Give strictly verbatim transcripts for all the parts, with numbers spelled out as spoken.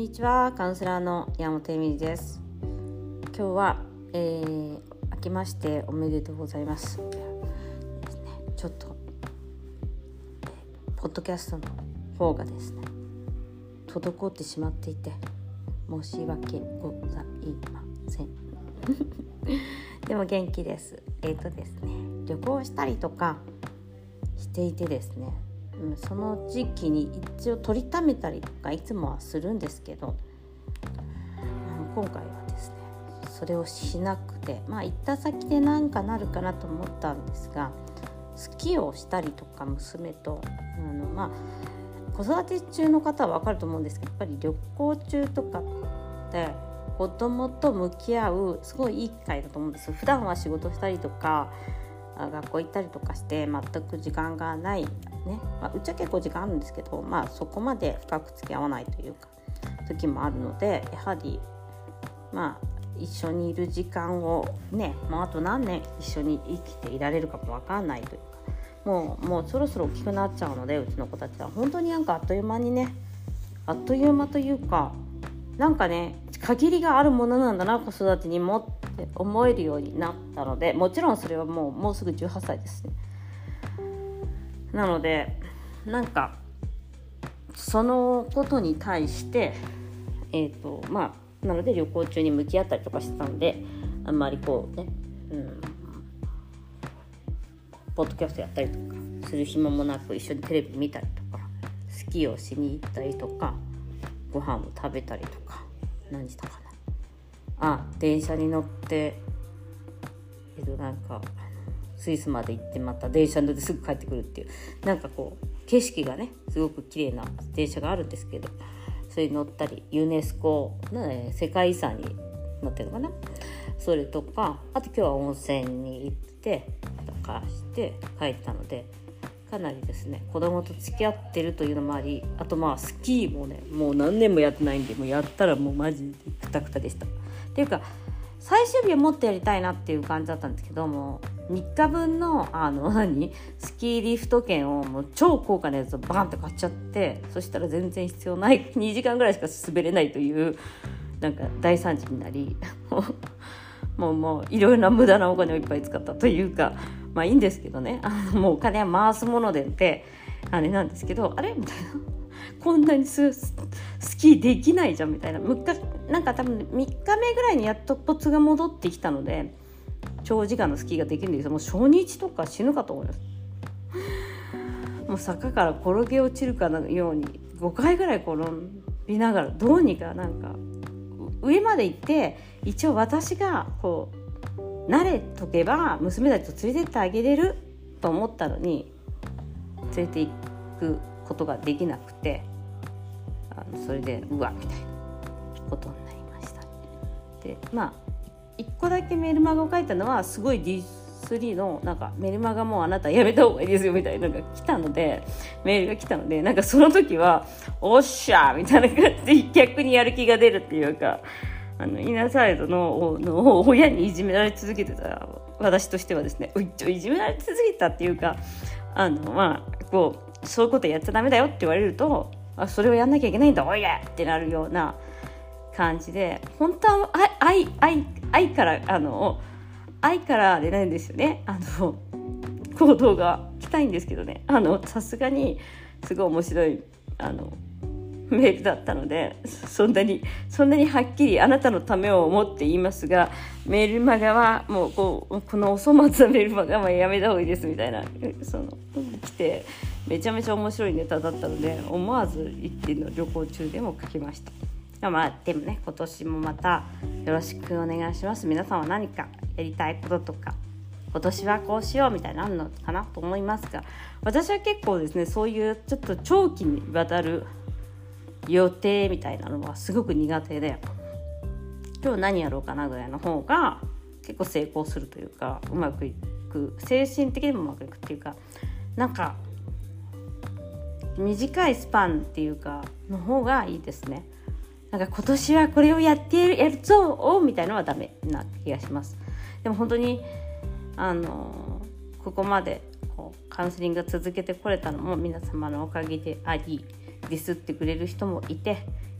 にちは、カウンセラーの山本恵美里です。今日は、えー、明けましておめでとうございます。ですね、ちょっと、えー、ポッドキャストの方がですね滞ってしまっていて申し訳ございませんでも元気です。えーとですね旅行したりとかしていてですね、その時期に一応取りためたりとかいつもはするんですけど、今回はですねそれをしなくて、まあ行った先で何かなるかなと思ったんですが、スキーをしたりとか娘とあの、まあ、子育て中の方は分かると思うんですけど、やっぱり旅行中とかって子供と向き合うすごいいい機会だと思うんです。普段は仕事したりとか学校行ったりとかして全く時間がないね、まあ、うちは結構時間あるんですけど、まあ、そこまで深く付き合わないというか時もあるので、やはりまあ一緒にいる時間をね、もうあと何年一緒に生きていられるかも分かんないというか、もう、もうそろそろ大きくなっちゃうので、うちの子たちは本当になんかあっという間にねあっという間というか、なんかね限りがあるものなんだな子育てにもって思えるようになったので、もちろんそれはもうもうすぐじゅうはっさいですね。なのでなんかそのことに対してえっとまあなので旅行中に向き合ったりとかしてたので、あんまりこうね、うん、ポッドキャストやったりとかする暇もなく、一緒にテレビ見たりとかスキーをしに行ったりとかご飯を食べたりとか、何したかなあ電車に乗ってえっとなんかスイスまで行ってまた電車に乗ってすぐ帰ってくるっていう、なんかこう景色がねすごく綺麗な電車があるんですけど、それに乗ったりユネスコの、ね、世界遺産に乗ってるのかな、それとか、あと今日は温泉に行ってとかして帰ったので、かなりですね子供と付き合ってるというのもあり、あとまあスキーもねもう何年もやってないんで、もうやったらもうマジでクタクタでした。っていうか最終日はもっとやりたいなっていう感じだったんですけども、みっかぶんのあの何スキーリフト券をもう超高価なやつをバーンって買っちゃって、そしたら全然必要ないにじかんぐらいしか滑れないというなんか大惨事になりもうもういろいろな無駄なお金をいっぱい使ったというか、まあいいんですけどね、あのもうお金は回すものでってあれなんですけど、あれみたいな、こんなに ス, スキーできないじゃんみたいな、むっかなんか多分みっかめぐらいにやっとコツが戻ってきたので長時間のスキーができるんですけど、もう初日とか死ぬかと思います。もう坂から転げ落ちるかのようにごかいぐらい転びながらどうにかなんか上まで行って、一応私がこう慣れとけば娘たちと連れてってあげれると思ったのに連れて行くことができなくて、あのそれでうわみたいなことになりました。でまあいっこだけメルマガを書いたのはすごい ディースリー のなんかメルマガもうあなたやめた方がいいですよみたいなのが来たので、メールが来たので、なんかその時はおっしゃーみたいな感じで逆にやる気が出るっていうか、あのイナーサイド の, の親にいじめられ続けてた私としてはですね、うっちょいじめられ続けたっていうか、あのまあこうそういうことやっちゃダメだよって言われると、あそれをやんなきゃいけないんだおいやってなるような感じで、本当は愛愛愛からあの愛からでないんですよね、あの行動が来たいんですけどね、あのさすがにすごい面白いあのメールだったので、そんなにそんなにはっきりあなたのためを思って言いますが、メールマガはもうこうこのお粗末なメールマガはやめた方がいいですみたいなその来て、めちゃめちゃ面白いネタだったので思わず一気の旅行中でも書きました。まあでもね、今年もまたよろしくお願いします。皆さんは何かやりたいこととか今年はこうしようみたいなのあるのかなと思いますが、私は結構ですねそういうちょっと長期にわたる予定みたいなのはすごく苦手で、今日何やろうかなぐらいの方が結構成功するというか、うまくいく、精神的にもうまくいくっていうか、なんか短いスパンっていうかの方がいいですね。なんか今年はこれをやってやるぞみたいなのはダメな気がします。でも本当にあのここまでこうカウンセリングが続けてこれたのも皆様のおかげであり、ディスってくれる人もいて、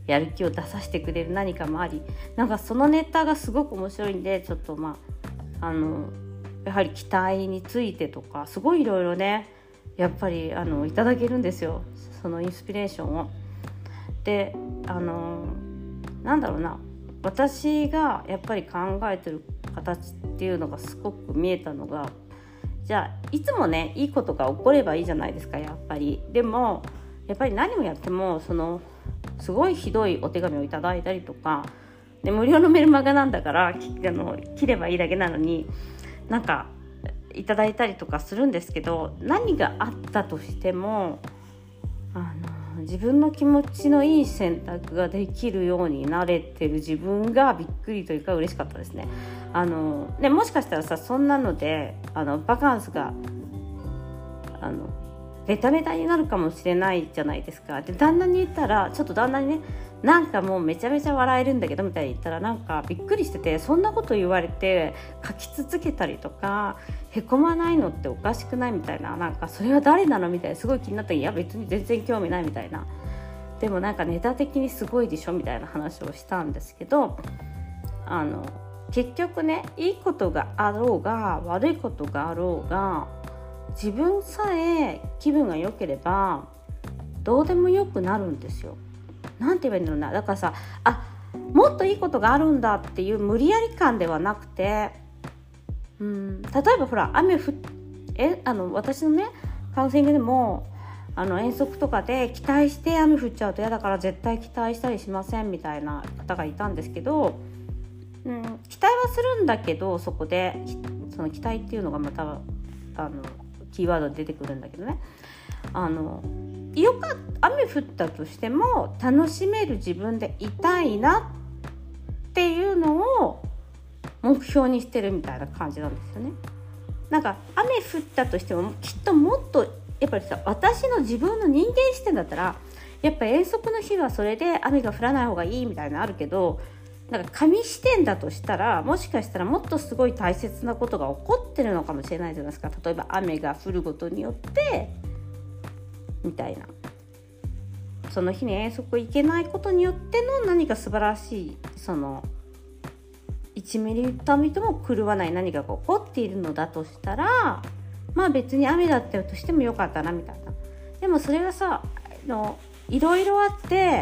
やる気を出させてくれる何かもあり、なんかそのネタがすごく面白いんで、ちょっとまああのやはり期待についてとかすごいいろいろねやっぱりあのいただけるんですよ、そのインスピレーションを。であのなんだろうな、私がやっぱり考えてる形っていうのがすごく見えたのが、じゃあいつもねいいことが起こればいいじゃないですか、やっぱり。でもやっぱり何をやってもそのすごいひどいお手紙をいただいたりとかで、無料のメルマガなんだからあの切ればいいだけなのになんかいただいたりとかするんですけど、何があったとしてもあの自分の気持ちのいい選択ができるようになれてる自分がびっくりというか嬉しかったですね。あのね、もしかしたらさ、そんなのであのバカンスがあのベタベタになるかもしれないじゃないですか。で旦那に言ったら、ちょっと旦那にね、なんかもうめちゃめちゃ笑えるんだけどみたいに言ったら、なんかびっくりしてて、そんなこと言われて書き続けたりとかへこまないのっておかしくないみたいな、なんかそれは誰なのみたいなすごい気になったら、いや別に全然興味ないみたいな、でもなんかネタ的にすごいでしょみたいな話をしたんですけど、あの結局ね、いいことがあろうが悪いことがあろうが、自分さえ気分が良ければどうでもよくなるんですよ。なんて言えばいいんだろうな。だからさ、あ、もっといいことがあるんだっていう無理やり感ではなくて、うん、例えばほら雨ふえあの私のねカウンセリングでもあの遠足とかで期待して雨降っちゃうと嫌だから絶対期待したりしませんみたいな方がいたんですけど、うん、期待はするんだけど、そこでその期待っていうのがまたあのキーワードで出てくるんだけどね、あのよか雨降ったとしても楽しめる自分でいたいなっていうのを目標にしてるみたいな感じなんですよね。なんか雨降ったとしてもきっともっとやっぱりさ、私の自分の人間視点だったらやっぱり遠足の日はそれで雨が降らない方がいいみたいなのあるけど、なんか神視点だとしたら、もしかしたらもっとすごい大切なことが起こってるのかもしれないじゃないですか。例えば雨が降ることによってみたいな、その日に遠足行けないことによっての何か素晴らしい、そのいちミリたりとも狂わない何かが起こっているのだとしたら、まあ別に雨だったとしてもよかったなみたいな。でもそれがさ、あのいろいろあって、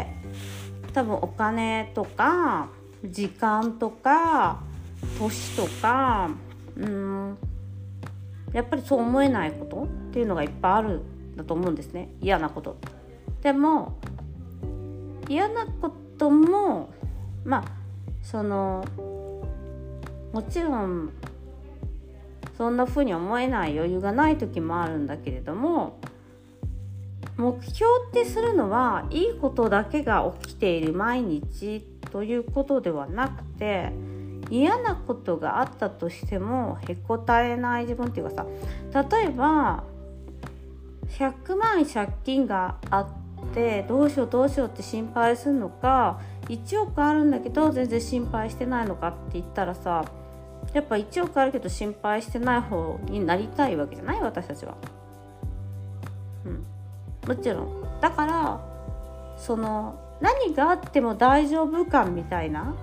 多分お金とか時間とか年とか、うーんやっぱりそう思えないことっていうのがいっぱいあるんだと思うんですね。嫌なこと。でも嫌なこともまあそのもちろんそんな風に思えない余裕がない時もあるんだけれども、目標ってするのはいいことだけが起きている毎日ということではなくて、嫌なことがあったとしてもへこたれない自分っていうかさ、例えばひゃくまん借金があってどうしようどうしようって心配するのか、いちおくあるんだけど全然心配してないのかって言ったらさ、やっぱいちおくあるけど心配してない方になりたいわけじゃない、私たちは。うん、もちろんだからその何があっても大丈夫感みたいな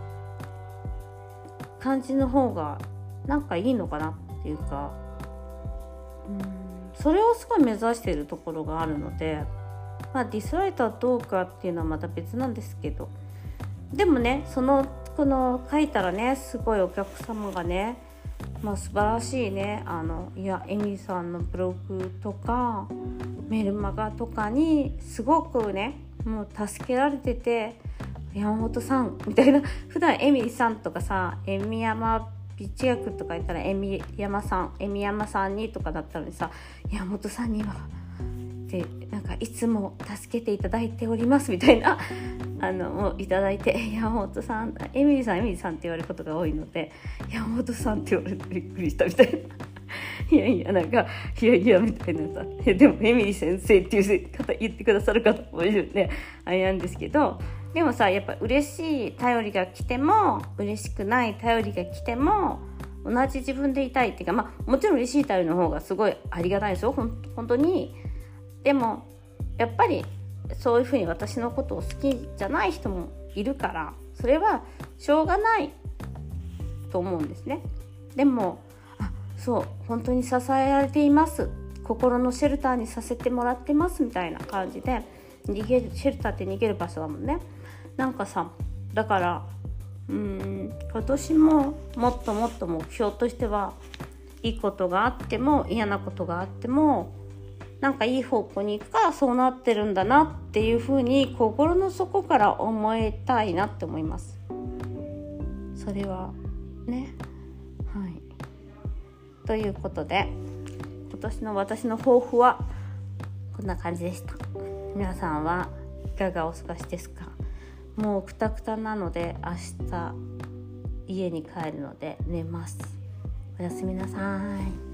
感じの方がなんかいいのかなっていうか、うん、それをすごい目指しているところがあるので、まあディスライトはどうかっていうのはまた別なんですけど、でもね、そのこの書いたらね、すごいお客様がね、まあ素晴らしいね、あのいやエミさんのブログとかメルマガとかにすごくねもう助けられてて、山本さんみたいな、普段エミさんとかさ、エミ山美知学とか言ったらエミ山さんエミ山さんにとかだったのにさ、山本さんにはでなんかいつも助けていただいておりますみたいなあのもういただいて、山本さんエミリーさんエミリーさんって言われることが多いので、山本さんって言われてびっくりしたみたいないやいやなんかいやいやみたいなさ、でもエミリー先生っていう方言ってくださる方もいるんであれなんですけど、でもさやっぱ嬉しい頼りが来ても嬉しくない頼りが来ても同じ自分でいたいっていうか、まあもちろん嬉しい頼りの方がすごいありがたいですよ、ほん本当に。でもやっぱりそういうふうに私のことを好きじゃない人もいるから、それはしょうがないと思うんですね。でもあそう本当に支えられています、心のシェルターにさせてもらってますみたいな感じで逃げる、シェルターって逃げる場所だもんね。なんかさ、だからうーん今年ももっともっと目標としては、いいことがあっても嫌なことがあってもなんかいい方向に行くからそうなってるんだなっていうふうに心の底から思いたいなって思います。それはね、はい。ということで今年の私の抱負はこんな感じでした。皆さんはいかがお過ごしですか？もうクタクタなので明日家に帰るので寝ます。おやすみなさい。